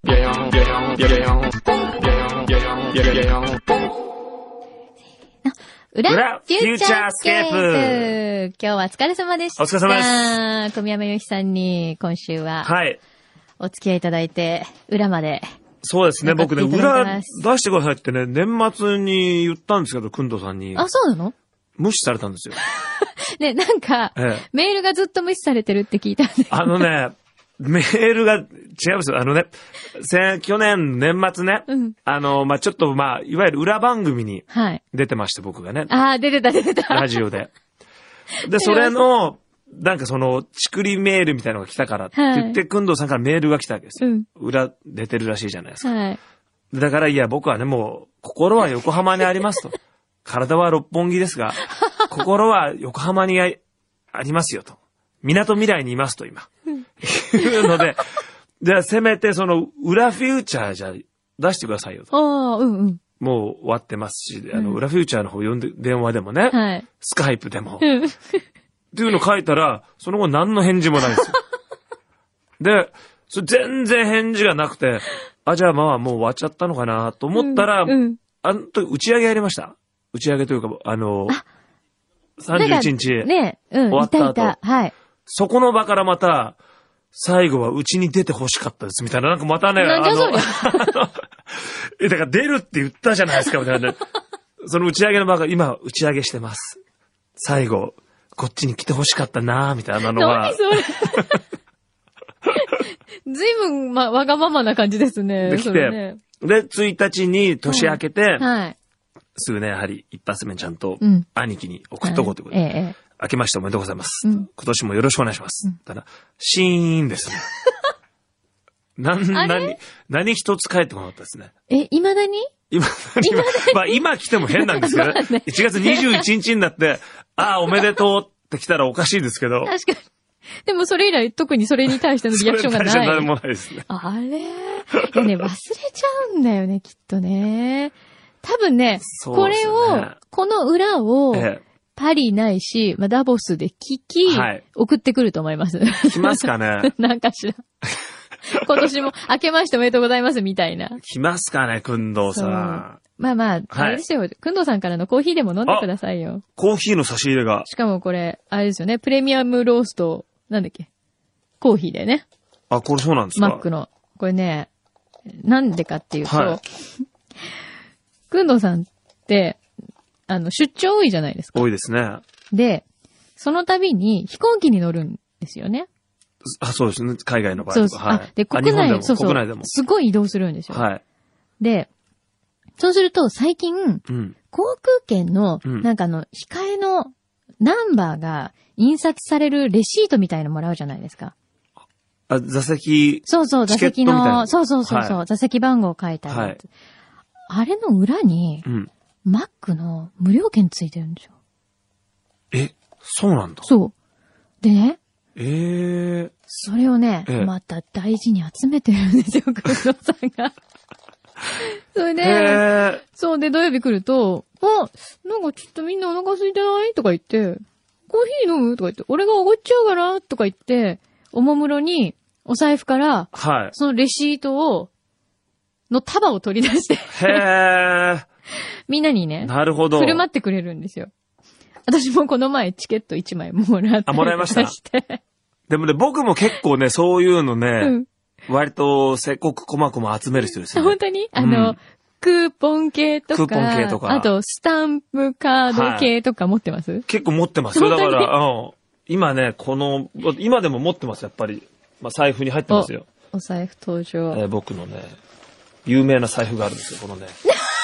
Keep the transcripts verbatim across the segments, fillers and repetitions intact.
裏フューチャースケープ。今日はお疲れ様でした。 お疲れ様です。 小宮山由紀さんに今週は、 はい。 お付き合いいただいて、裏まで。 そうですね。僕ね、裏出してくださいってね、年末に言ったんですけど、くんどさんに。 あ、そうなの？ 無視されたんですよ。 ね、なんか、ええ、メールがずっと無視されてるって聞いたんで。 あのね、メールが違うんですよ。あのね、去年年末ね、うん、あの、まあ、ちょっとまあ、いわゆる裏番組に出てまして、はい、僕がね。 ああ、出てた出てた。 ラジオで。で、それの、なんかその、ちくりメールみたいなのが来たからって言って、くんどうさんからメールが来たわけですよ。うん、裏出てるらしいじゃないですか。はい、だから、いや、僕はね、もう、心は横浜にありますと。体は六本木ですが、心は横浜にありますよと。港未来にいますと、今。いうので、じゃあせめてその裏フューチャーじゃ出してくださいよと。 ああ、うんうん。 もう終わってますし、あの、裏フューチャーの方呼んで、電話でもね、はい、スカイプでも。っていうの書いたら、その後何の返事もないんですよ。で、それ全然返事がなくて、あ、じゃあまあもう終わっちゃったのかなと思ったら、うんうん、あの時打ち上げやりました。打ち上げというか、あの、あさんじゅういちにち、ね、うん、終わった後、いたいた、はい。そこの場からまた、最後はうちに出て欲しかったですみたいな、なんかまたね、 なんじゃそりゃ。 え、だから出るって言ったじゃないですか、みたいな。その打ち上げの場が今打ち上げしてます。最後、こっちに来て欲しかったなぁ、みたいなのは。 何それ。ずいぶん、ま、わがままな感じですね。 で、来て、ね、で、ついたちに年明けて、うん、はい。すぐね、やはり一発目ちゃんと、兄貴に送っとこうということで。はい、ええ。明けましておめでとうございます。うん、今年もよろしくお願いします。うん、ただ、シーンですね。な、何、何一つ帰ってこなかったですね。 え、未だに今、まあ今来ても変なんですけど、ね、いちがつにじゅういちにちになって、ああ、おめでとうって来たらおかしいですけど。 確かに。でもそれ以来特にそれに対してのリアクションがない。 それに対して何もないですね。 あれいやね、忘れちゃうんだよね、きっとね。多分ね、ねこれを、この裏を、ええパリないし、まあ、ダボスで聞き、はい、送ってくると思います。 来ますかねなんかしら。今年も明けましておめでとうございますみたいな。 来ますかね、くんどうさん。 まあまあ、あれですよ、はい、くんどうさんからのコーヒーでも飲んでくださいよ。 コーヒーの差し入れが。 しかもこれ、あれですよね、プレミアムロースト、なんだっけコーヒーでね。 あ、これそうなんですか？ マックの。これね、なんでかっていうと、はい、くんどうさんって、あの、出張多いじゃないですか。 多いですね。 で、その度に飛行機に乗るんですよね。 あ、そうですね。海外の場合とか。そうはい。 で、国内でも、そうそう。 国内でも。 すごい移動するんですよ。はい。で、そうすると最近、うん、航空券の、うん、なんかあの、控えのナンバーが印刷されるレシートみたいのもらうじゃないですか。 あ、座席。 そうそう、座席の、そうそうそうそう、はい、座席番号書いてあるやつ。はい、あれの裏に、うんマックの無料券ついてるんですよ。 え、そうなんだ。 そう。でね。 ええー。 それをね、ええ、また大事に集めてるんですよ、くんどうさんが。それで、えー、そうで土曜日来ると、あ、なんかちょっとみんなお腹空いてないとか言って、コーヒー飲むとか言って、俺がおごっちゃうからとか言って、おもむろにお財布から、はい。そのレシートを、の束を取り出して。 へー。 みんなにね。 なるほど。 振る舞ってくれるんですよ。私もこの前チケットいちまいもらって。 あ、もらいました。でもね、僕も結構ね、そういうのね、うん、割とせっこくこまこま集める人ですよね。 本当にあの、うん、クーポン系とか。クーポン系とか。あと、スタンプカード系とか持ってます、はい、 結構持ってますよ。だから、うん、今ね、この、今でも持ってます、やっぱり。まあ、財布に入ってますよ。 お、お財布登場。 えー、僕のね、有名な財布があるんですよ、このね。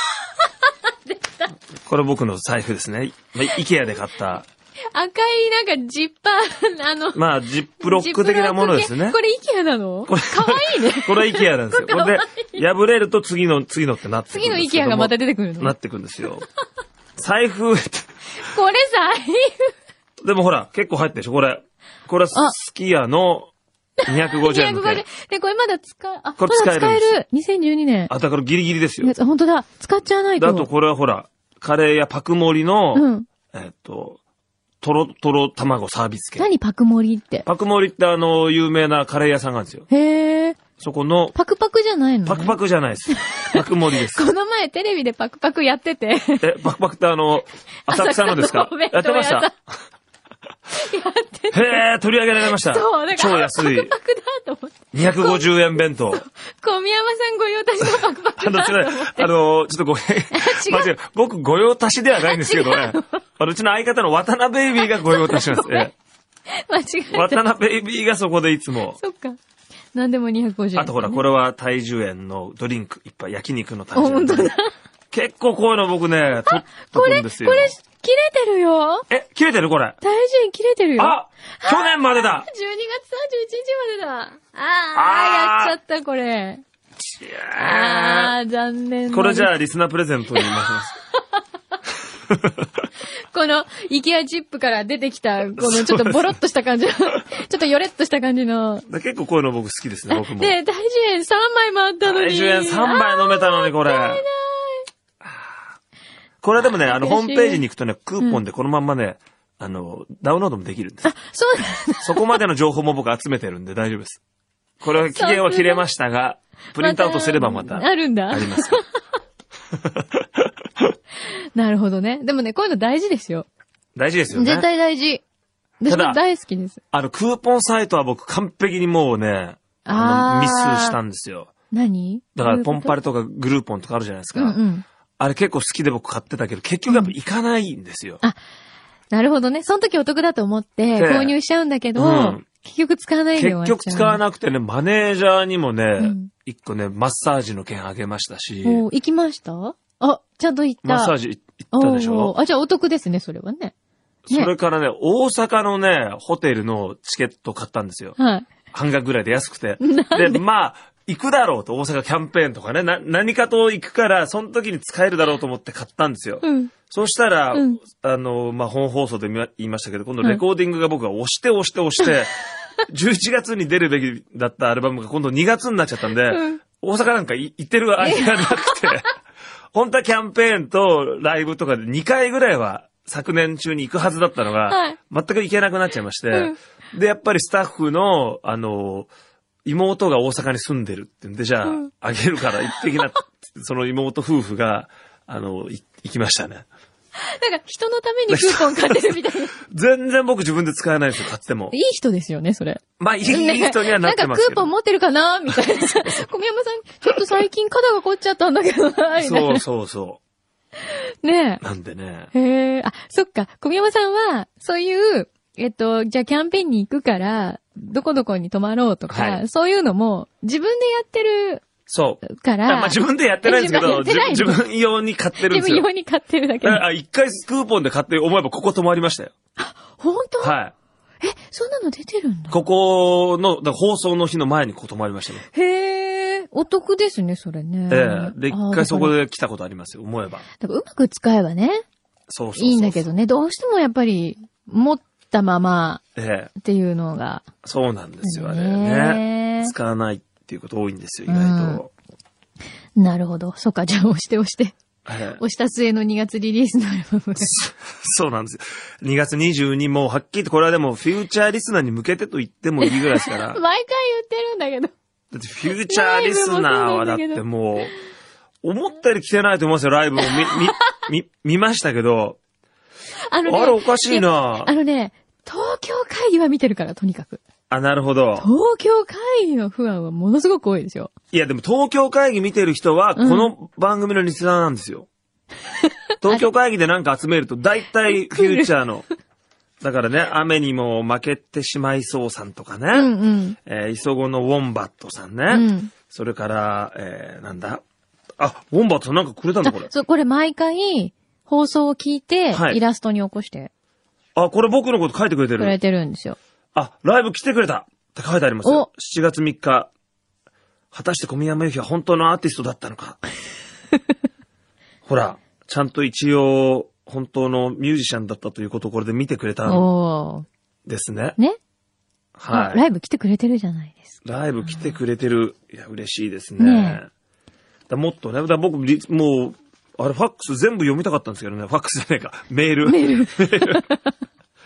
これ僕の財布ですね。イケアで買った。 赤いなんかジッパー、あの。 まあ、ジップロック的なものですね。 これイケアなの？これかわいいね。 これイケアなんですよ。これで、破れると次の、次のってなってくるんですよ。 次のイケアがまた出てくるの？ なってくるんですよ。財布。これ財布。でもほら、結構入ってるでしょこれ。これはスキヤのにひゃくごじゅうえんの券。にひゃくごじゅうえん。 で、これまだ使え、あ、 これ使える。 使える。にせんじゅうにねん。 あ、だからギリギリですよ。 本当だ。使っちゃわないと。 だとこれはほら、カレーやパクモリの、うん、えっと、トロトロ卵サービス券。 何パクモリって。 パクモリってあの、有名なカレー屋さんがあるんですよ。 へー。 そこの。 パクパクじゃないの？ パクパクじゃないです。パク盛りです。 この前テレビでパクパクやってて。 え、パクパクってあの、浅草のですか？やってました。やってて。へー、取り上げられました。 そう、だから。 超安い。 パクパクだと思って。 にひゃくごじゅうえん弁当。 小宮山さん御用達のパクパクだと思って。 あの、あの、ちょっとごめん。違う。僕御用達ではないんですけどね。あの、うちの相方の渡辺ベイビーが御用達なんですね。 間違えた。 渡辺ベイビーがそこでいつも。 そっか。なんでもにひゃくごじゅうえん、ね。 あとほら、これは体重円のドリンクいっぱい、焼肉の体重円。 本当だ。 結構こういうの僕ね、取っとくんですよ。 これ、これ、切れてるよ。 え、切れてるこれ。 体重円切れてるよ。 あ、去年までだ。 じゅうにがつさんじゅういちにちまでだ。ああ、やっちゃった、これ。ああ、残念。 これじゃあ、リスナープレゼントに回します。 この、イケアチップから出てきた、このちょっとボロッとした感じの、ちょっとヨレッとした感じの。 結構こういうの僕好きですね、僕も。 で、体重円さんまいもあったのに。 体重円さんまい飲めたのに、これ。これでもね、あの、ホームページに行くとね、クーポンでこのまんまね、うん、あの、ダウンロードもできるんです。 あ、そうなんだ。 そこまでの情報も僕集めてるんで大丈夫です。これは期限は切れましたが、プリントアウトすればまた。 あるんだ。 あります。 なるほどね。でもね、こういうの大事ですよ。 大事ですよね。 絶対大事。私も大好きです。 あの、クーポンサイトは僕完璧にもうね、あの、ミスしたんですよ。 何？ だから、ポンパレとかグルーポンとかあるじゃないですか。 うんうん。 あれ結構好きで僕買ってたけど、結局やっぱ行かないんですよ。 うん、あ、なるほどね。その時お得だと思って購入しちゃうんだけど、うん、結局使わないで終わっちゃう。 結局使わなくてね、マネージャーにもね、一、うん、個ね、マッサージの券あげましたし。 お、行きました？あ、ちゃんと行った。 マッサージ行ったでしょ？ あ、じゃあお得ですね、それはね。ね、 それからね、大阪のね、ホテルのチケット買ったんですよ。 はい。 半額ぐらいで安くて。で、でまあ、行くだろうと、大阪キャンペーンとかね、な、何かと行くから、その時に使えるだろうと思って買ったんですよ。うん。そうしたら、うん、あの、まあ、本放送で言いましたけど、今度レコーディングが僕が押して押して押して、じゅういちがつに出るべきだったアルバムが今度にがつになっちゃったんで、うん、大阪なんか行ってる間がなくて、本当はキャンペーンとライブとかでにかいぐらいは昨年中に行くはずだったのが、はい、全く行けなくなっちゃいまして、うん、で、やっぱりスタッフの、あの、妹が大阪に住んでるってんで、じゃあ、うん、あげるから行ってきなって、その妹夫婦が、あの、行きましたね。 なんか人のためにクーポン買ってるみたいな。 全然僕自分で使えないですよ、買っても。 いい人ですよね、それ。 まあ、いい人にはなってますけど。なんかクーポン持ってるかなみたいな。小宮山さん、ちょっと最近肩が凝っちゃったんだけどな、みたいな。 そうそうそう。 ねえ。 なんでね。 へえ、あ、そっか。小宮山さんは、そういう、えっと、じゃあキャンペーンに行くから、どこどこに泊まろうとか、はい、そういうのも、自分でやってる。そう。から。 まあ自分でやってないんですけど、自分自分用に買ってるんですよ。 自分用に買ってるだけで。 あ、一回クーポンで買って思えばここ泊まりましたよ。 あ、本当？ はい。 え、そんなの出てるんだ。 ここの、だ放送の日の前にここ泊まりましたね。 へえ、お得ですね、それね。 ええ。で、一回そこで来たことありますよ、思えば。 だからうまく使えばね。 そうそうそう。 いいんだけどね、どうしてもやっぱり、持ったまま、ええ。っていうのが。 そうなんですよ、あれね。使わないっていうこと多いんですよ、意外と。 うん、なるほど。そっか、じゃあ押して押して。ええ、押した末のにがつリリースのアルバム。 そうなんですよ。にがつにじゅうにもうはっきり言ってこれはでもフューチャーリスナーに向けてと言ってもいいぐらいですから。 毎回言ってるんだけど。 だってフューチャーリスナーはだってもう、思ったより来てないと思いますよ、ライブも見、見、見、見ましたけど。あのね。あれおかしいな。 あのね、東京会議は見てるから、とにかく。 あ、なるほど。 東京会議の不安はものすごく多いですよ。 いや、でも東京会議見てる人は、この番組のリスナーなんですよ。うん、東京会議でなんか集めると、大体フューチャーの、だからね、雨にも負けてしまいそうさんとかね、うんうん、えー、磯子のウォンバットさんね、うん、それから、えー、なんだ、あ、ウォンバットさんなんかくれたのこれ。 そう、これ毎回、放送を聞いて、はい、イラストに起こして。 あ、これ僕のこと書いてくれてる。 くれてるんですよ。 あ、ライブ来てくれたって書いてありますよ。しちがつみっか。果たして小宮山由紀は本当のアーティストだったのか。ほら、ちゃんと一応、本当のミュージシャンだったということをこれで見てくれたんですね。 ね。 はい。 ライブ来てくれてるじゃないですか。 ライブ来てくれてる。いや、嬉しいですね。ねだもっとね、だ僕、もう、あれ、ファックス全部読みたかったんですけどね。ファックスじゃないか。メール。メール。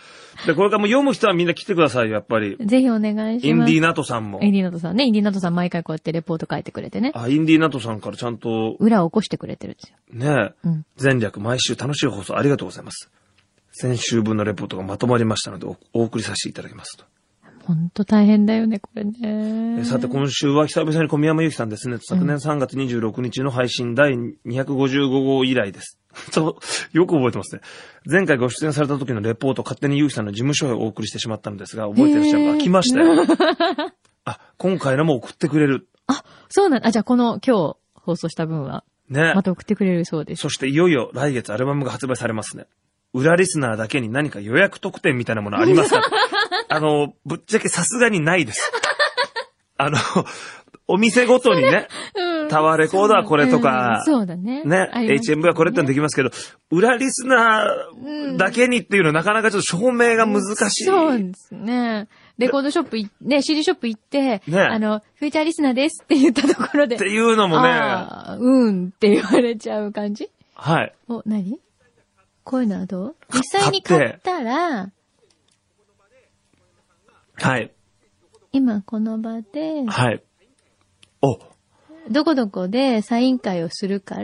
で、これからもう読む人はみんな来てくださいよ、やっぱり。 ぜひお願いします。 インディーナトさんも。 インディーナトさんね。インディーナトさん毎回こうやってレポート書いてくれてね。 あ、インディーナトさんからちゃんと。 裏を起こしてくれてるんですよ。 ねえ。 うん。 前略毎週楽しい放送ありがとうございます。先週分のレポートがまとまりましたのでお、お送りさせていただきますと。 ほんと大変だよね、これね。 さて、今週は久々に小宮山由紀さんですね。昨年さんがつにじゅうろくにちの配信だいにひゃくごじゅうごごう以来です。そう、よく覚えてますね。前回ご出演された時のレポートを勝手に由紀さんの事務所へお送りしてしまったのですが、覚えてらっしゃるか、来ましたよ。あ、今回のも送ってくれる。 あ、そうなんだ。あ、じゃあこの今日放送した分は。ね。また送ってくれるそうです。 そしていよいよ来月アルバムが発売されますね。裏リスナーだけに何か予約特典みたいなものありますか？あの、ぶっちゃけさすがにないです。あの、お店ごとにね、うん、タワーレコードはこれとか、 うん、そうだね。 ね、エイチエムブイ はこれってのできますけど、裏リスナーだけにっていうのはなかなかちょっと証明が難しい。 うん、そうですね。レコードショップね、シーディー ショップ行って、ね、あの、フューチャーリスナーですって言ったところで。 っていうのもね、 うんって言われちゃう感じ？ はい。 お、何？こういうのはどう？実際に買ったら、 はい。 今この場で、 はい。お。 どこどこでサイン会をするから、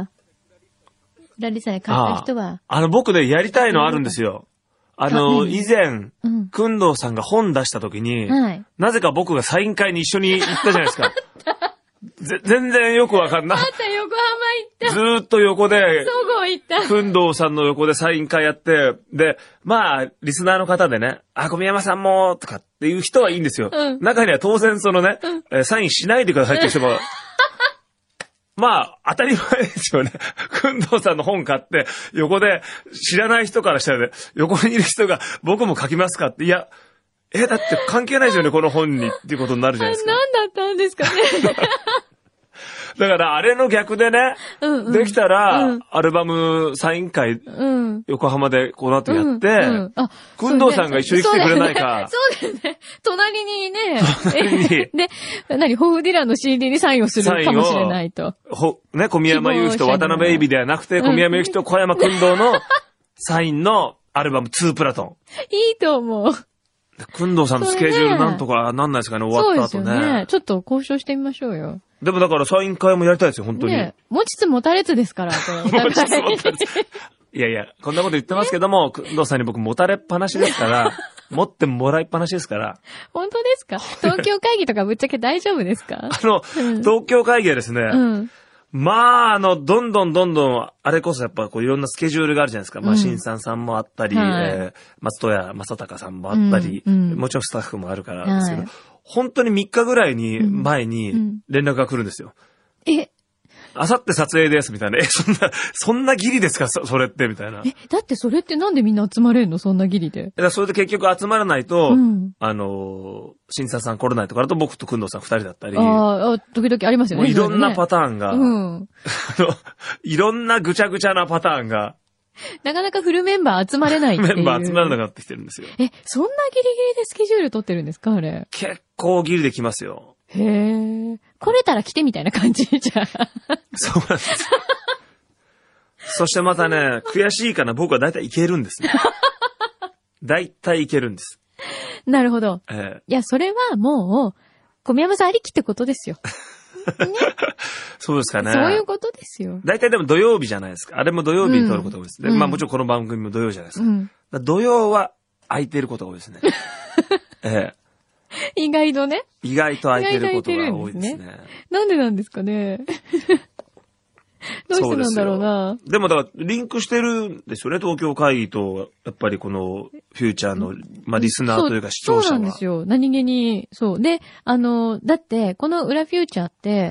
ラリさんに買った人は。 あ, あの、僕ね、やりたいのあるんですよ。あの、以前、うん、くんどうさんが本出した時に、はい、なぜか僕がサイン会に一緒に行ったじゃないですか。ぜ全然よくわかんない。 あった横浜行った。 ずーっと横で、 そごう行った。 くんどうさんの横でサイン会やって、で、まあ、リスナーの方でね、あ、小宮山さんも、とかっていう人はいいんですよ。うん、中には当然そのね、うん、サインしないでくださいっていう人も、まあ、当たり前ですよね。くんどうさんの本買って、横で知らない人からしたらね、横にいる人が僕も書きますかって、いや、え、だって関係ないですよね、この本にっていうことになるじゃないですか。 何だったんですかね。 だから、あれの逆でね、うんうん、できたら、うん、アルバムサイン会、うん、横浜でこの後やって、うんうん、あ、くんどうさんが一緒に来てくれないか。 そうだよね。ね隣にね、隣にで、何、ホフディランの シーディー にサインをするかもしれないと。 ほ、ね、小宮山由紀と渡辺エイビではなくて、小宮山由紀と小山くんどうのサインのアルバムツープラトン。いいと思う。 くんどうさんのスケジュールなんとかなんないですかね、終わった後ね。そうですよね。 ちょっと交渉してみましょうよ。 でもだからサイン会もやりたいですよ、本当に。ね、 持ちつ持たれつですから、これ。持ちつ持たれつ。 いやいや、こんなこと言ってますけども、くんどうさんに僕持たれっぱなしですから、持ってもらいっぱなしですから。 本当ですか？東京会議とかぶっちゃけ大丈夫ですか？ あの、うん、東京会議はですね、うん、まあ、あの、どんどんどんどん、あれこそやっぱこういろんなスケジュールがあるじゃないですか。うん、まあ、新さんさんもあったり、はい、えー、松任谷正隆さんもあったり、うんうん、もちろんスタッフもあるからですけど、はい、本当にみっかぐらいに前に連絡が来るんですよ。 うんうん、えあさって撮影です、みたいな。え、そんな、そんなギリですか、そ, それって、みたいな。 え、だってそれってなんでみんな集まれんの、そんなギリで。 だからそれで結局集まらないと、うん、あの、新さんさん来れないとかだと僕とくんどうさん二人だったり。 ああ、時々ありますよね。 もういろんなパターンが、 ね、うん。 あの、いろんなぐちゃぐちゃなパターンが。 なかなかフルメンバー集まれないっていう。 メンバー集まらなくなってきてるんですよ。 え、そんなギリギリでスケジュール取ってるんですか、あれ。 結構ギリできますよ。 へえ。来れたら来てみたいな感じじゃん。 そうなんです。そしてまたね、悔しいかな、僕は大体いけるんですね。大体いけるんです。 なるほど。 ええ、 いや、それはもう、小宮山さんありきってことですよ。ね、 そうですかね。 そういうことですよ。 大体でも土曜日じゃないですか。あれも土曜日に撮ることが多いです。うん、で、まあもちろんこの番組も土曜じゃないですか。うん、だ土曜は空いてることが多いですね。ええ、 意外とね。 意外と空いてることが多いですね。ですね、 なんでなんですかね。どうしてなんだろうな。 でもだからリンクしてるんですよね、東京会議と、やっぱりこのフューチャーの、まあリスナーというか視聴者は。 そうなんですよ。何気に、そう。で、あの、だって、この裏フューチャーって、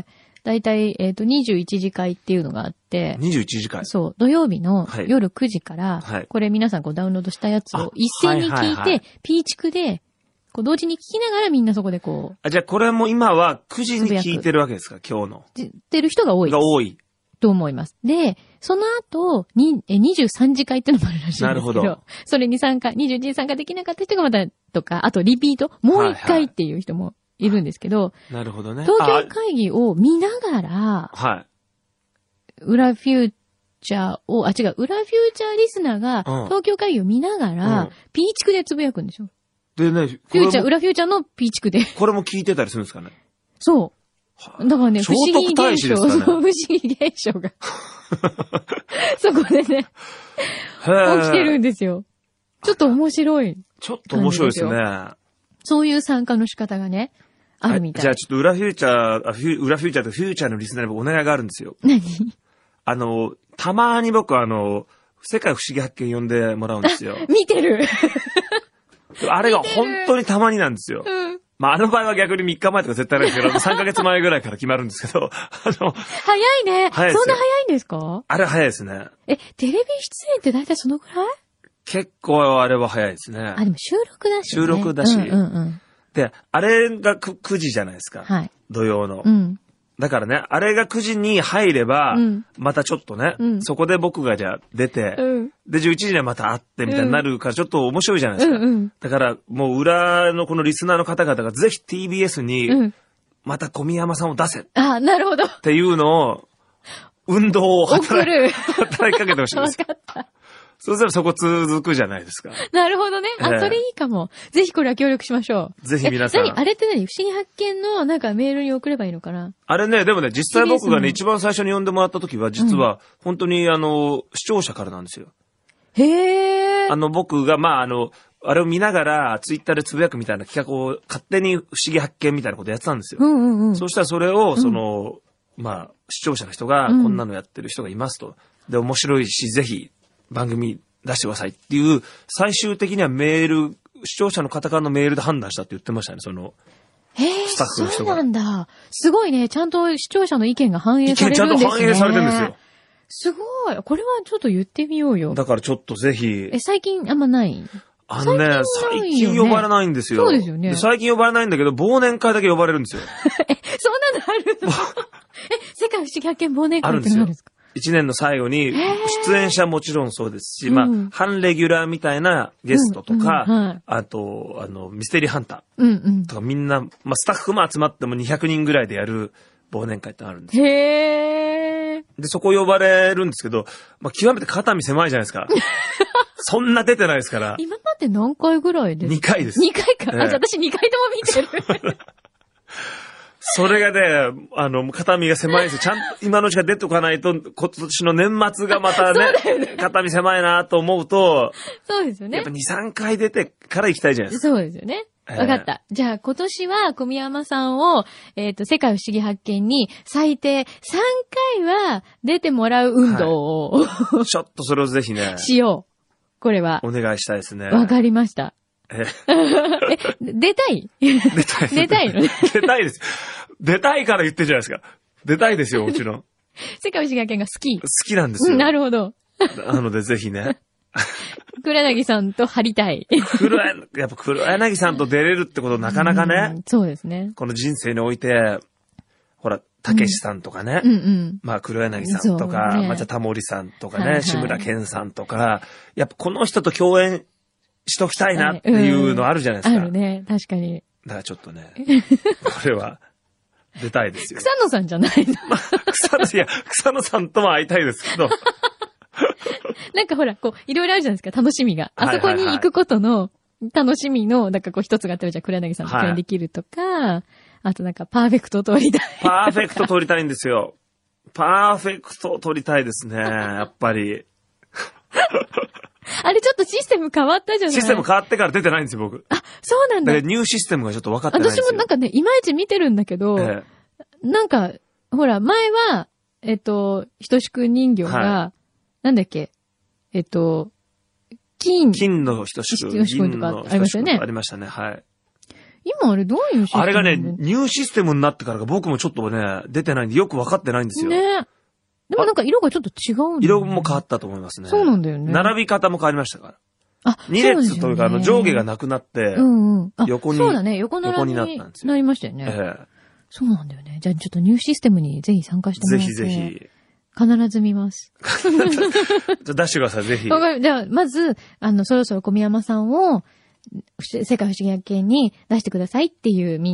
だいたい、えっと、にじゅういちじ会っていうのがあって、 にじゅういちじ会そう。土曜日の夜くじから、はい、これ皆さんこうダウンロードしたやつを一斉に聞いて、はいはいはい、ピーチクで、こう同時に聞きながらみんなそこでこう。 あ、じゃあこれも今はくじに聞いてるわけですか、今日の。 聞いてる人が多い。 が多い。 と思います。で、その後、に、え、にじゅうさんじ会ってのもあるらしいんですけど。なるほど。それに参加、にじゅういちに参加できなかった人がまた、とか、あとリピート、もう一回っていう人もいるんですけど。 はいはい、なるほどね。 東京会議を見ながら、 はい。 裏フューチャーを、あ、違う、裏フューチャーリスナーが、東京会議を見ながら、うん、ピーチクでつぶやくんでしょ。 でね、 フューチャー、裏フューチャーのピーチクで。 これも聞いてたりするんですかね。 そう。だからね、不思議現象、 ね、 不思議現象が。そこでね、起きてるんですよ。ちょっと面白い。 ちょっと面白いですね。 そういう参加の仕方がね、あるみたい。 じゃあちょっと裏フューチャー、あフュ裏フューチャーとフューチャーのリスナーにお願いがあるんですよ。 何？ あの、たまに僕あの、世界不思議発見呼んでもらうんですよ。 見てるあれが本当にたまになんですよ。うん、まあ、あの場合は逆にみっかまえとか絶対ないですけど、さんかげつまえぐらいから決まるんですけど、あの、 早いね。早いです。そんな早いんですか？ あれ早いですね。 え、テレビ出演って大体そのくらい？ 結構あれは早いですね。 あ、でも収録だし、ね。 収録だし。 うんうんうん。 で、あれが 9, 9時じゃないですか。 はい。 土曜の。 うん。 だからね、あれがくじに入れば、うん、またちょっとね、うん、そこで僕がじゃあ出て、うん、で、じゅういちじにはまた会ってみたいになるからちょっと面白いじゃないですか。うんうん、だから、もう裏のこのリスナーの方々がぜひ ティービーエス に、また小宮山さんを出せ。うん、 あ、なるほど。 っていうのを、運動を働き、働きかけてほしいです。 わかった。 そうすればそこ続くじゃないですか。 なるほどね。あ、えー、それいいかも。ぜひこれは協力しましょう。ぜひ皆さん。 何あれって何不思議発見のなんかメールに送ればいいのかな？ あれね、でもね、実際僕がね、一番最初に呼んでもらった時は、実は、本当にあの、視聴者からなんですよ。 へー。 あの、僕が、まあ、あの、あれを見ながら、ツイッターでつぶやくみたいな企画を勝手に不思議発見みたいなことやってたんですよ。 うんうんうん。 そしたらそれを、その、うん、まあ、視聴者の人が、こんなのやってる人がいますと。で、面白いし、ぜひ、番組、出してくださいっていう、最終的にはメール、視聴者の方からのメールで判断したって言ってましたね、その、スタッフの人が。 そうなんだ。すごいね。ちゃんと視聴者の意見が反映されるんですね。意見ちゃんと反映されてるんですよ。すごい。これはちょっと言ってみようよ。 だからちょっとぜひ。 え、最近あんまない？ あのね、最近呼ばれないんですよ。 そうですよね。 最近呼ばれないんだけど、忘年会だけ呼ばれるんですよ。 え、そんなのあるの？え、世界不思議発見忘年会って何ですか？ 一年の最後に、出演者もちろんそうですし、まあ、半レギュラーみたいなゲストとか、あと、あの、ミステリーハンターとかみんな、まあ、スタッフも集まってもにひゃくにんぐらいでやる忘年会ってあるんですよ。 へー。 で、そこ呼ばれるんですけど、まあ、極めて肩身狭いじゃないですか。そんな出てないですから。 今まで何回ぐらいですか？ に 回です。 にかいか。あ、じゃあ私にかいとも見てる。 それがね、あの、肩身が狭いですよ。ちゃんと今のうちが出ておかないと、今年の年末がまたね、ね肩身狭いなと思うと、 そうですよね。 やっぱに、さんかい出てから行きたいじゃないですか。そうですよね。わ、えー、かった。じゃあ今年は小宮山さんを、えっ、ー、と、世界不思議発見に最低さんかいは出てもらう運動を、 はい、ちょっとそれをぜひね。 しよう。これは。 お願いしたいですね。 わかりました。え、出たい出たい。 出たいのね。 出たいです。出たいから言ってるじゃないですか。出たいですよ、もちろん。 世界不思議発見が好き。 好きなんですよ。 なるほど。 なのでぜひね。 黒柳さんと張りたい。 黒柳、やっぱ黒柳さんと出れるってことなかなかね。 そうですね。 この人生において、ほら、たけしさんとかね。 うんうん、 まあ、黒柳さんとか、ね、またタモリさんとかね、はいはい、志村けんさんとか、やっぱこの人と共演しときたいなっていうのあるじゃないですか。 あるね、確かに。 だからちょっとね、これは出たいですよ。 草野さんじゃないの、 まあ、草野、いや、草野さんとも会いたいですけど。 なんかほら、こう、いろいろあるじゃないですか、楽しみが。あそこに行くことの楽しみの、なんかこう一つがあったらじゃあ黒柳さんと共演できるとか、はい、あとなんかパーフェクトを取りたい。 パーフェクト取りたいんですよ。パーフェクトを取りたいですね、やっぱり。 あれちょっとシステム変わったじゃない？ システム変わってから出てないんですよ、僕。 あ、そうなんだ。 だからニューシステムがちょっと分かってないんですよ。 私もなんかね、いまいち見てるんだけど、ええ、なんか、ほら、前は、えっと、ひとしくん人形が、はい、なんだっけ、えっと、金。 金のひとしくん。 ひとしくんとかありましたよね。 ありましたね、はい。 今あれどういうシステム？ あれがね、ニューシステムになってからが僕もちょっとね、出てないんでよく分かってないんですよ。 ね。でもなんか色がちょっと違うんだよね。 色も変わったと思いますね。 そうなんだよね。 並び方も変わりましたから。 あ、 に列というか、あの、上下がなくなって、 うんうん。 横に。 そうだね、横並びになったんですよ。なりましたよね。ええ。そうなんだよね。じゃあちょっとニューシステムにぜひ参加してもらって。 ぜひぜひ。 必ず見ます。 じゃあ出してください、ぜひ。 じゃあ、まず、あの、そろそろ小宮山さんを、世界不思議発見に出してくださいっていうみんな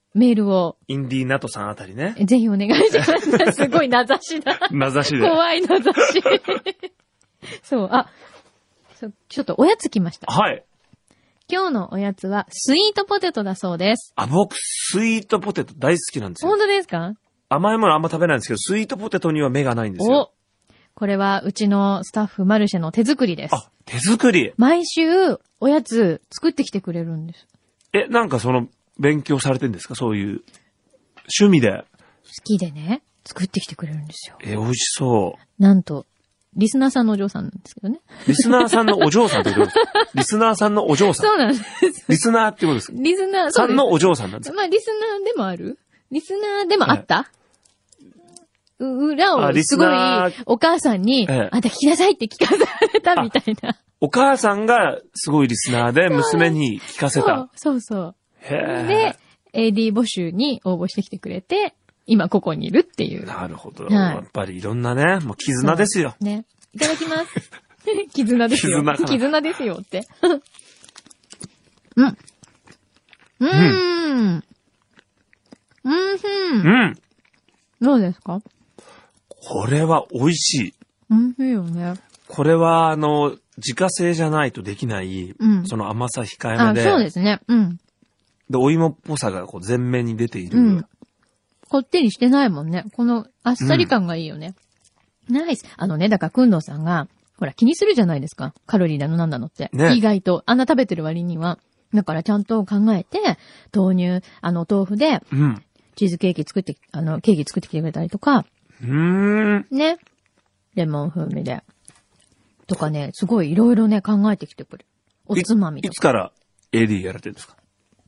メールを。 インディーナトさんあたりね。 ぜひお願いします。すごい名指しだ。 名指しで。 怖い名指し。そう、あそう、ちょっとおやつ来ました。 はい。 今日のおやつはスイートポテトだそうです。 あ、僕、スイートポテト大好きなんですよ。 本当ですか？ 甘いものあんま食べないんですけど、スイートポテトには目がないんですよ。 お、これはうちのスタッフマルシェの手作りです。 あ、手作り。 毎週おやつ作ってきてくれるんです。 え、なんかその、勉強されてんですか？そういう、趣味で。好きでね、作ってきてくれるんですよ。 え、美味しそう。 なんと、リスナーさんのお嬢さんなんですけどね。 リスナーさんのお嬢さんってことですか？リスナーさんのお嬢さん。 そうなんです。 リスナーってことですか？ リスナーさんのお嬢さんなんですか？ まあ、リスナーでもある？リスナーでもあった、ええ、裏をすごいお母さんに、ええ、あんた聞きなさいって聞かされたみたいな。 お母さんがすごいリスナーで娘に聞かせた。 そうそうそう。 へー。 で、エーディー 募集に応募してきてくれて、今ここにいるっていう。 なるほど。はい、やっぱりいろんなね、もう絆ですよ。 ね。いただきます。絆ですよ。絆。絆ですよって。うん。うーん。うん。うん。どうですか？ これは美味しい。 美味しいよね。 これは、あの、自家製じゃないとできない、うん、その甘さ控えめで。 あ、そうですね。うん。 で、お芋っぽさがこう前面に出ている。うん。 こってりしてないもんね。このあっさり感がいいよね。うん、ナイス。あのね、だからくんどうさんが、ほら気にするじゃないですか。カロリーだのなんだのって。ね。意外と。あんな食べてる割には。だからちゃんと考えて、豆乳、あの、豆腐で、うん。チーズケーキ作って、あの、ケーキ作ってきてくれたりとか。 うーん。 ね。レモン風味で。とかね、すごいいろいろね、考えてきてくれる。おつまみとか。 い, いつから エーディー やられてるんですか？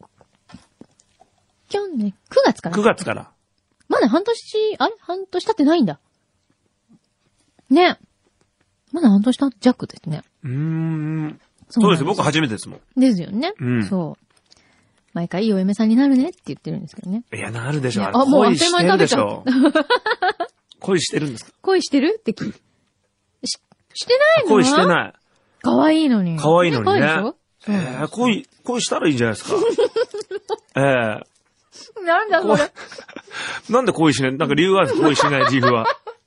去年、くがつから。 くがつから。 まだ半年、あれ半年経ってないんだ。ね。まだ半年経ってジャックですね。 うーん。そうですよ。僕初めてですもん。 ですよね。 うん。 そう。毎回いいお嫁さんになるねって言ってるんですけどね。 いや、なるでしょ。 あ、もうあっという間に食べちゃう。 恋してるんですか？ 恋してるって聞いて。し、してないの？ 恋してない。 可愛いのに。 可愛いのにね。 可愛いでしょ？ えー、恋、恋したらいいんじゃないですか。ええー。 なんだそれ。 なんで恋しない？なんか理由があるんですか？恋しない理由は。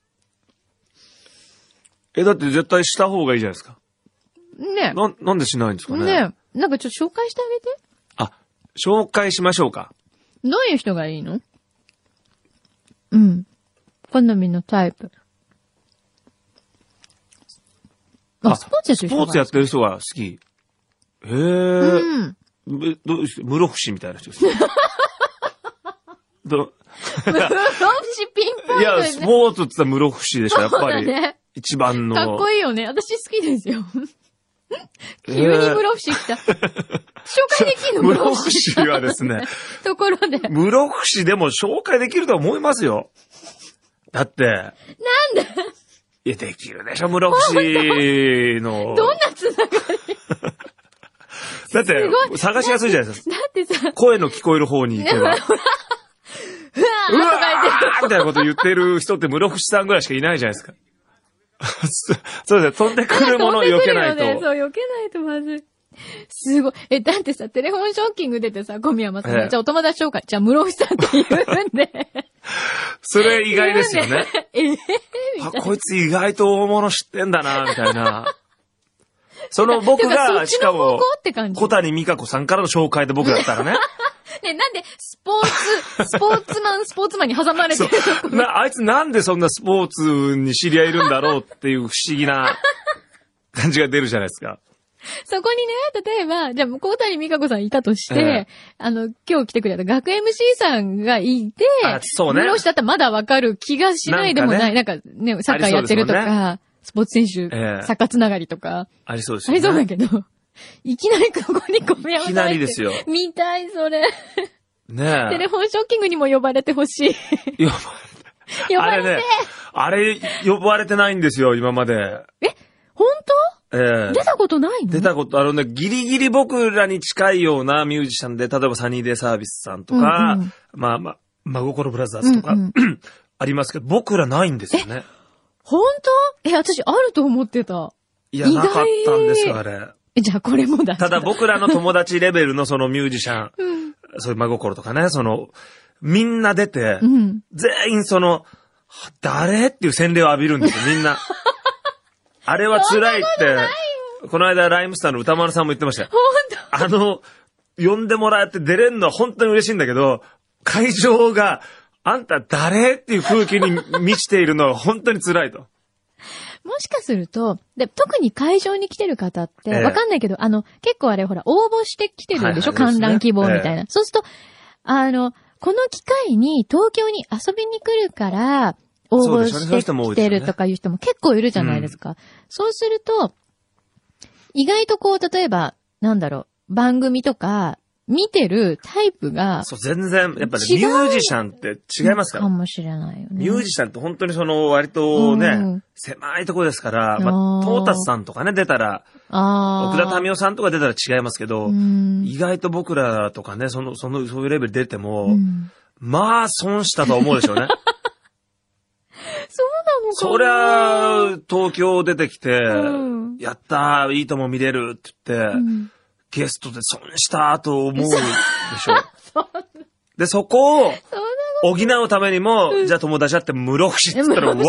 え、だって絶対した方がいいじゃないですか。 ねえ。 な、なんでしないんですかね。 ねえ。なんかちょっと紹介してあげて。 あ、紹介しましょうか。 どういう人がいいの？うん。好みのタイプ。あ、スポーツやってる人が。 スポーツやってる人が好き。へえ。うん。え、どうして、室伏みたいな人ですか？ど室伏ピンポイント、ね。 いや、スポーツって言ったら室伏でしょ、やっぱり。ね。一番の。 かっこいいよね。私好きですよ。急に室伏来た。紹介できるの？ 室伏はですね。 ところで。 室伏でも紹介できると思いますよ。だって。なんで？ いや、できるでしょ、室伏の。 どんなつながり？ だって、探しやすいじゃないですか。 だってさ、 声の聞こえる方に行けば。うわーみたいなこと言ってる人って室伏さんぐらいしかいないじゃないですか。そうですね、飛んでくるものを避けないと。ね、 そう、避けないとまずい。すごい。え、だってさ、テレフォンショッキング出てさ、小宮山さんが、ええ、じゃあお友達紹介。じゃあ室伏さんって言うんで。 それ意外ですよね。 えー、 あ、こいつ意外と大物知ってんだな、みたいな。その僕が、しかも、小谷美香子さんからの紹介で僕だったらね。 ね、なんで、スポーツ、スポーツマン、スポーツマンに挟まれてるな、あいつなんでそんなスポーツに知り合いいるんだろうっていう不思議な感じが出るじゃないですか。 そこにね、例えば、じゃあ、小谷美香子さんいたとして、ええ、あの、今日来てくれた学 エムシー さんがいて、 あ、そうね。 室伏だったらまだわかる気がしないでもない。なんかね、なんかね、サッカーやってるとか、スポーツ選手、ええ、サッカーつながりとか。 ありそうですよね。 ありそうだけど、いきなりここに小宮山さん。 いきなりですよ。 見たい、それ。ねえ。 テレフォンショッキングにも呼ばれてほしい。 呼ばれて。 呼ばれて。 あれね、あれ、呼ばれてないんですよ、今まで。 え、本当？ ええ、 出たことないの？ 出たこと、あのね、ギリギリ僕らに近いようなミュージシャンで、例えばサニーデイサービスさんとか、うんうん、まあまあ、真心ブラザーズとか、うんうん、ありますけど、僕らないんですよね。 本当？え、私あると思ってた。 いや、なかったんですよ、あれ。 え、じゃあこれもだ。 ただ僕らの友達レベルのそのミュージシャン、 そういう真心とかね、その、みんな出て、 うん、 全員その、誰っていう洗礼を浴びるんですよ、みんな。あれは辛いって、この間ライムスターの歌丸さんも言ってましたよ。あの、呼んでもらって出れるのは本当に嬉しいんだけど、会場が、あんた誰っていう空気に満ちているのは本当に辛いと。 もしかすると、で、特に会場に来てる方って、わかんないけど、えー、あの、結構あれほら、応募してきてるんでしょ、はいはい、観覧希望みたいな、えー。そうすると、あの、この機会に東京に遊びに来るから、応募してきてるとかいう人も結構いるじゃないですか。そうすると、意外とこう、例えば、なんだろう、番組とか、見てるタイプが。 そう、全然、やっぱり、ね、ミュージシャンって違いますから。 かもしれないよね。 ミュージシャンって本当にその、割とね、うん、狭いところですから、まあ、トータスさんとかね、出たら、奥田民生さんとか出たら違いますけど、意外と僕らとかね、その、その、そういうレベル出ても、うん、まあ、損したと思うでしょうね。 そうなのかな。 そりゃ、東京出てきて、うん、やったー、いいとも見れるって言って、うんゲストで損したと思うでしょ。で、そこを補うためにも、うん、じゃあ友達だって室伏って言ったら、わー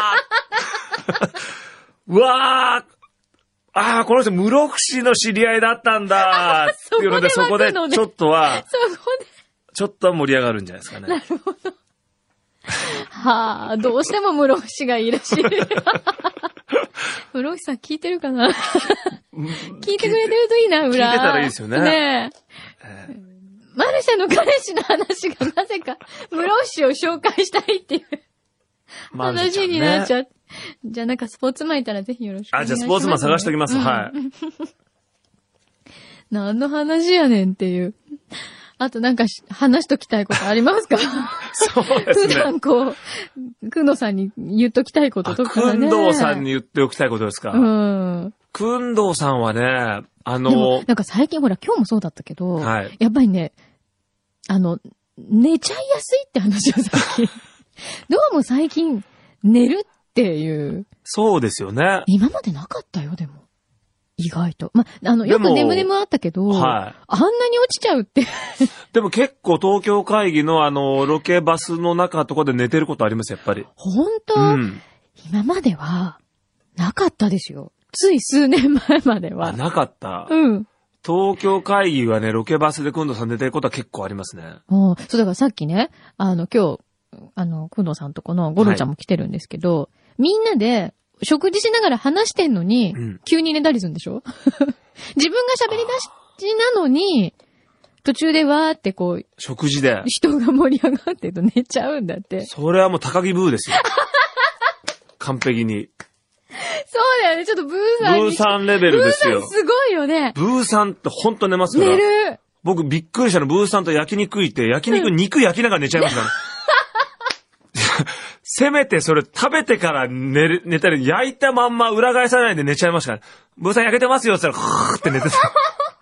わーあー、この人室伏の知り合いだったんだっていうので、そこでちょっとは、ちょっとは盛り上がるんじゃないですかね。 なるほど。はあ、どうしても室伏がいいらしい。室伏さん聞いてるかな聞いてくれてるといいな、裏。 聞いてたらいいですよね。 ねえ。えー、マルシェの彼氏の話がなぜか、室伏を紹介したいっていう話になっちゃう。ね、じゃあなんかスポーツマンいたらぜひよろしくお願いします、ね。 あ、じゃあスポーツマン探しておきます。うん、はい。 何の話やねんっていう。あとなんか話しときたいことありますかそうですね。 普段こう、くんどうさんに言っときたいこととかね。 くんどうさんに言っておきたいことですか。うん。くんどうさんはね、あの、 なんか最近ほら今日もそうだったけど、はい、やっぱりね、あの、寝ちゃいやすいって話を最近。どうも最近寝るっていう。 そうですよね。 今までなかったよ、でも。意外と。ま、あの、よく眠眠あったけど、はい。あんなに落ちちゃうって。 でも結構東京会議のあの、ロケバスの中とかで寝てることありますやっぱり。 本当、うん、今までは、なかったですよ。つい数年前までは。 あ、なかった。 うん。 東京会議はね、ロケバスでくんどうさん寝てることは結構ありますね。 おそう、だからさっきね、あの、今日、あの、くんどうさんとこのゴロちゃんも来てるんですけど、はい、みんなで、食事しながら話してんのに、うん、急に寝たりするんでしょ自分が喋り出しなのに、途中でわーってこう、 食事で。 人が盛り上がってると寝ちゃうんだって。 それはもう高木ブーですよ。完璧に。 そうだよね、ちょっとブーさんに。 ブーさんレベルですよ。 ブーさんすごいよね。 ブーさんってほんと寝ますから。 寝る。 僕びっくりしたの、ブーさんと焼肉行って、焼肉、うん、肉焼きながら寝ちゃいますからね。せめてそれ食べてから寝る、寝たり、焼いたまんま裏返さないで寝ちゃいましたから、ね。ブーさん焼けてますよって言ったら、ふーって寝てた。す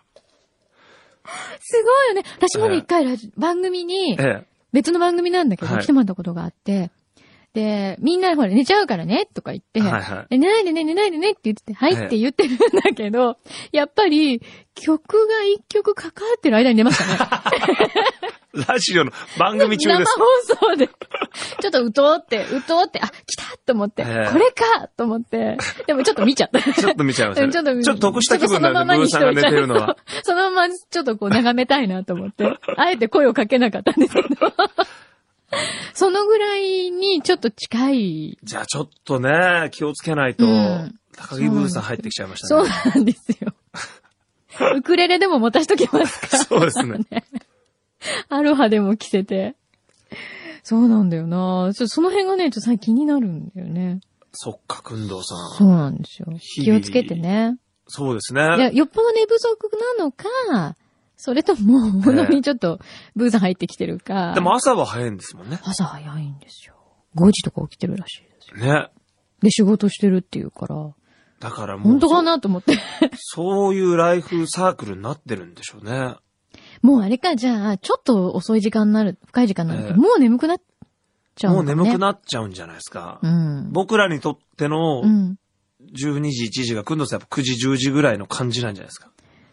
ごいよね。私もね、一回ラジ、番組に、別の番組なんだけど、ええ、来てもらったことがあって、で、みんなほら寝ちゃうからね、とか言って、はいはい、寝ないでね、寝ないでねって言ってて、はいって言ってるんだけど、やっぱり、曲が一曲かかってる間に寝ましたね。 ラジオの番組中です。 生放送で。ちょっとうとーって、うとーって、あ、来たと思って、これかと思って、でもちょっと見ちゃった。 ちょっと見ちゃいましたね。ちょっと、ちょっと得した気分なんで、ブーさんが寝てるのは。 そのままちょっとこう眺めたいなと思って、あえて声をかけなかったんですけど。そのぐらいにちょっと近い。 じゃあちょっとね、気をつけないと、うん、高木ブーさん入ってきちゃいましたね。そうなんですよ。ウクレレでも持たしときますか。 そうですね。 アロハでも着せて。そうなんだよな。ちょその辺がね、ちょっと最近気になるんだよね。 そっか、くんどうさん。 そうなんですよ。気をつけてね。 そうですね。 いや、よっぽど寝不足なのか、それとも、ものにちょっと、ブーさん入ってきてるか、 ね。でも朝は早いんですもんね。 朝早いんですよ。ごじとか起きてるらしいですよ。 ね。 で、仕事してるっていうから。 だからもう。 本当かなと思って。 そういうライフサークルになってるんでしょうね。 もうあれか、じゃあ、ちょっと遅い時間になる、深い時間になると、ね、もう眠くなっちゃう、ね。 もう眠くなっちゃうんじゃないですか。うん、僕らにとっての、じゅうにじ、いちじが、くんどうさんやっぱくじ、じゅうじぐらいの感じなんじゃないですか。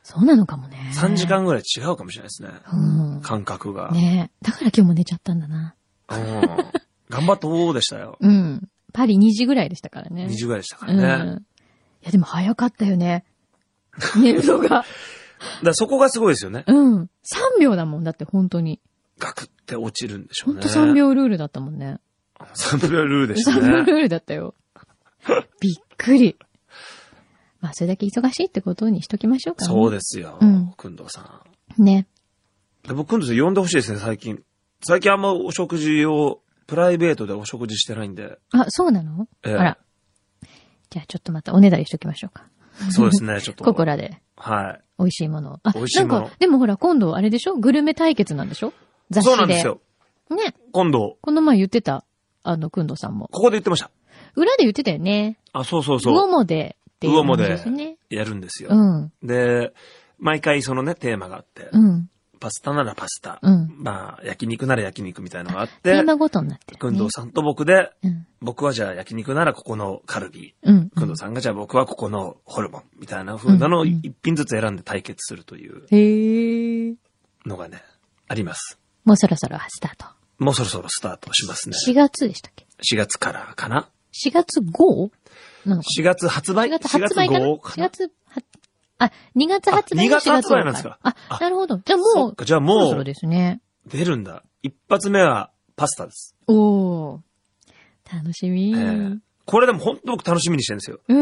そうなのかもね。 さんじかんぐらい違うかもしれないですね。うん。感覚が。 ねだから今日も寝ちゃったんだな。 うん。頑張った方でしたよ。 うん。パリにじぐらいでしたからね。 にじぐらいでしたからね。うん。 いやでも早かったよね。寝るのが。 だそこがすごいですよね。 うん。さんびょうだもんだって本当に。 ガクって落ちるんでしょうね。 ほんとさんびょうルールだったもんね。 さんびょうルールでしたね。 さんびょうルールだったよ。びっくり。まあそれだけ忙しいってことにしときましょうかね。 そうですよ。うん。くんどうさん。ね。 で僕くんどうさん呼んでほしいですね、最近。最近あんまお食事を、プライベートでお食事してないんで。 あ、そうなの？ええ。あら。じゃあちょっとまたおねだりしときましょうか。 そうですね、ちょっと。 ここらで。 はい。 美味しいものを。あ、 美味しいもの。 なんか、でもほら、今度あれでしょ？グルメ対決なんでしょ？雑誌で。 そうなんですよ。 ね。 今度。 この前言ってた、あの、くんどさんも。 ここで言ってました。 裏で言ってたよね。 あ、そうそうそう。 魚もでっていう感じですね。 やるんですよ。 うん。 で、毎回そのね、テーマがあって。 うん。 パスタならパスタ。 うん。 まあ、焼肉なら焼肉みたいなのがあって。 テーマごとになってる、ね。 くんどうさんと僕で、うん、僕はじゃあ焼肉ならここのカルビ。 うん。 くんどうさんがじゃあ僕はここのホルモン。みたいな風なのを一品ずつ選んで対決するという。 へー。 のがね、あります。 もうそろそろスタート。 もうそろそろスタートしますね。 しがつでしたっけ？ しがつからかな？ しがつ号なのかな？ しがつ発売？ しがつ発売かな？ しがつ、あ、にがつ発売のしがつ号。にがつ発売なんですか。 あ、なるほど。じゃあもう、 じゃあもう、 そろそろですね。 出るんだ。一発目はパスタです。 おー。楽しみ、えー。 これでも本当僕楽しみにしてるんですよ。 うん。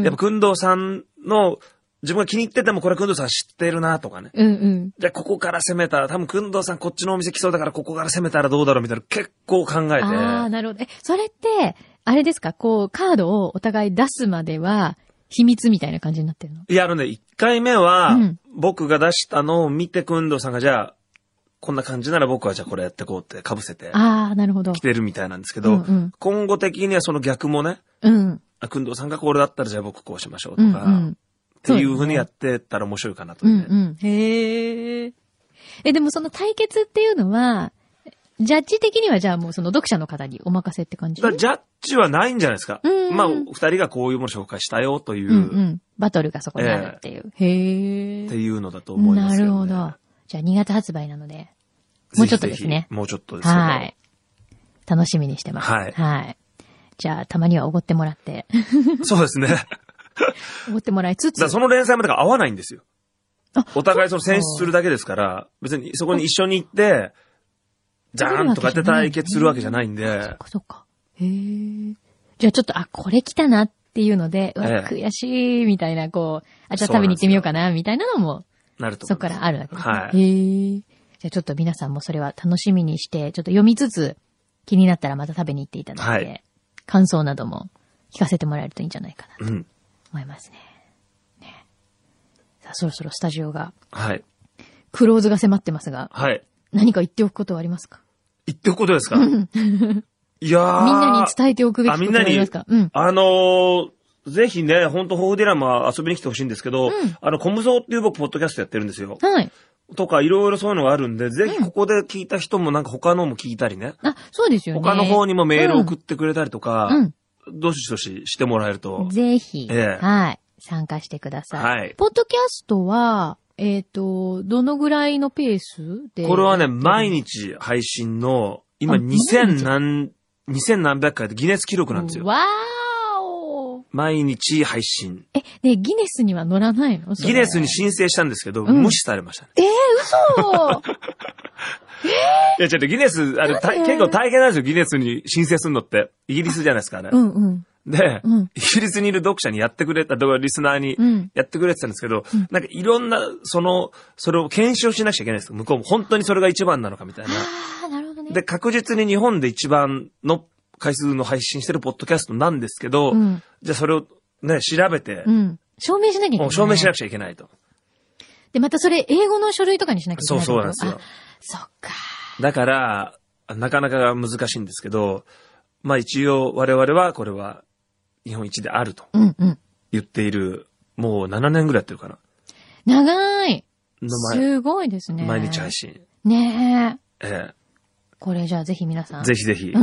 やっぱくんどうさんの、自分が気に入っててもこれくんどうさん知ってるなとかね。 うんうん。 じゃあここから攻めたら、多分くんどうさんこっちのお店来そうだからここから攻めたらどうだろうみたいな結構考えて。 ああ、なるほど。え、それって、あれですか、こう、カードをお互い出すまでは、秘密みたいな感じになってるの？ いや、あのね、いっかいめは、うん、僕が出したのを見てくんどうさんがじゃあ、こんな感じなら僕はじゃあこれやってこうって被せて。 ああ、なるほど。 来てるみたいなんですけど、うんうん、今後的にはその逆もね、 うん。 あ、くんどうさんがこれだったらじゃあ僕こうしましょうとか、うんうん、っていう風にやってったら面白いかなと、ね。 うんうん。へえ。え、でもその対決っていうのは、ジャッジ的にはじゃあもうその読者の方にお任せって感じ？ だジャッジはないんじゃないですか。うんうん、まあ、二人がこういうものを紹介したよという。うんうん、 バトルがそこにあるっていう。えー、へえ。 っていうのだと思いますよね。 なるほど。じゃあにがつ発売なので、もうちょっとですね。 ぜひぜひもうちょっとですね。 はい。楽しみにしてます。はい。はい。じゃあ、たまにはおごってもらって。 そうですね。 おごってもらいつつ。 だその連載までが合わないんですよ。お互いその選出するだけですから、別にそこに一緒に行って、じゃーんとかって対決するわけじゃないんで。 そっかそっか。へー。じゃあちょっと、あ、これ来たなっていうので、うわ、悔しい、みたいな、こう、あ、じゃあ食べに行ってみようかな、みたいなのも、 なると。 そこからあるわけですね。 はい。 へー。じゃあちょっと皆さんもそれは楽しみにして、ちょっと読みつつ、気になったらまた食べに行っていただいて、はい、感想なども聞かせてもらえるといいんじゃないかなと思いますね。うん、ね。さあ、そろそろスタジオが、 はい。 クローズが迫ってますが、 はい。 何か言っておくことはありますか？ 言っておくことですか？いやー。 みんなに伝えておくべきことはありますか？ あ、みんなに、うん、あのー、ぜひね、ほんとホーディラマ遊びに来てほしいんですけど、うん、あの、コムゾーっていう僕、ポッドキャストやってるんですよ。 はい。 とか、いろいろそういうのがあるんで、ぜひここで聞いた人もなんか他のも聞いたりね。 あ、そうですよね。 他の方にもメール送ってくれたりとか、 うん、 どしどししてもらえると。 ぜひ、 ええ、 はい。参加してください。 はい。 ポッドキャストは、えっと、どのぐらいのペースで？ これはね、毎日配信の、今にせん何、にせん何百回でギネス記録なんですよ。 わーお。 毎日配信。 え、ね、ギネスには乗らないの？ ギネスに申請したんですけど、うん、無視されましたね。 えー、嘘えー、いや、ちょっとギネス、あれ、結構大変なんですよ、ギネスに申請するのって。イギリスじゃないですかね。 うんうん。 で、 うん、 イギリスにいる読者にやってくれた、リスナーにやってくれてたんですけど、うん、なんかいろんな、その、それを検証しなくちゃいけないんですよ。向こうも本当にそれが一番なのかみたいな。 ああ、なるほどね。 で、確実に日本で一番の回数の配信してるポッドキャストなんですけど、うん、じゃあそれをね、調べて、 うん、証明しなきゃいけない。 証明しなくちゃいけないと。 で、またそれ英語の書類とかにしなきゃいけない。 そうそうなんですよ。 そっか。 だから、なかなか難しいんですけど、まあ一応我々はこれは、日本一であると言っている、うんうん、もうななねんぐらいやってるかな。 長い。すごいですね。 毎日配信。 ねえ。 ええ。 これじゃあぜひ皆さん。 ぜひぜひ、 うん、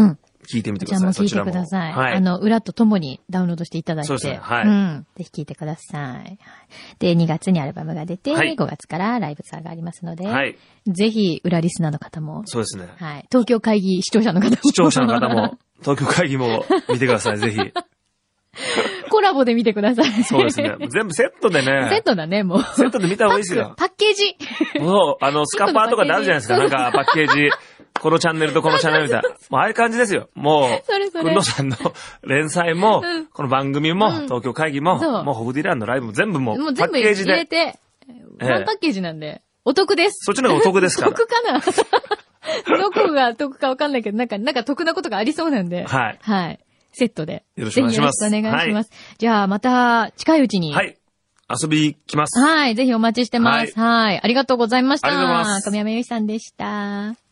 聞いてみてください。 じゃあもう聞いてください。はい。あの、裏とともにダウンロードしていただいて。 そうですね。はい。 うん。ぜひ聞いてください。で、にがつにアルバムが出て、はい、ごがつからライブツアーがありますので、はい。ぜひ、裏リスナーの方も。 そうですね。 はい。東京会議視聴者の方も。 視聴者の方も、東京会議も見てください、ぜひ。 コラボで見てください。 そうですね。全部セットでね。 セットだね、もう。 セットで見た方がいいですよ。 パッケージ。 もう、あの、スカパーとかであるじゃないですか。なんか、パッケージ。このチャンネルとこのチャンネルみたいな。もうああいう感じですよ。もう、 それそれくんのさんの連載も、うん、この番組も、うん、東京会議も、もうホフディランのライブも全部もう、もう全部入れて、ワンパッケージなんで、お得です。 そっちの方がお得ですから。 得かなどこが得かわかんないけど、なんか、なんか得なことがありそうなんで。 はい。 はい。セットで。 よろしくお願いします。 ぜひよろしくお願いします。はい、じゃあ、また、近いうちに。 はい。遊び来ます。 はい。ぜひお待ちしてます。はい。はい、ありがとうございました。 ありがとうございます。 神山由依さんでした。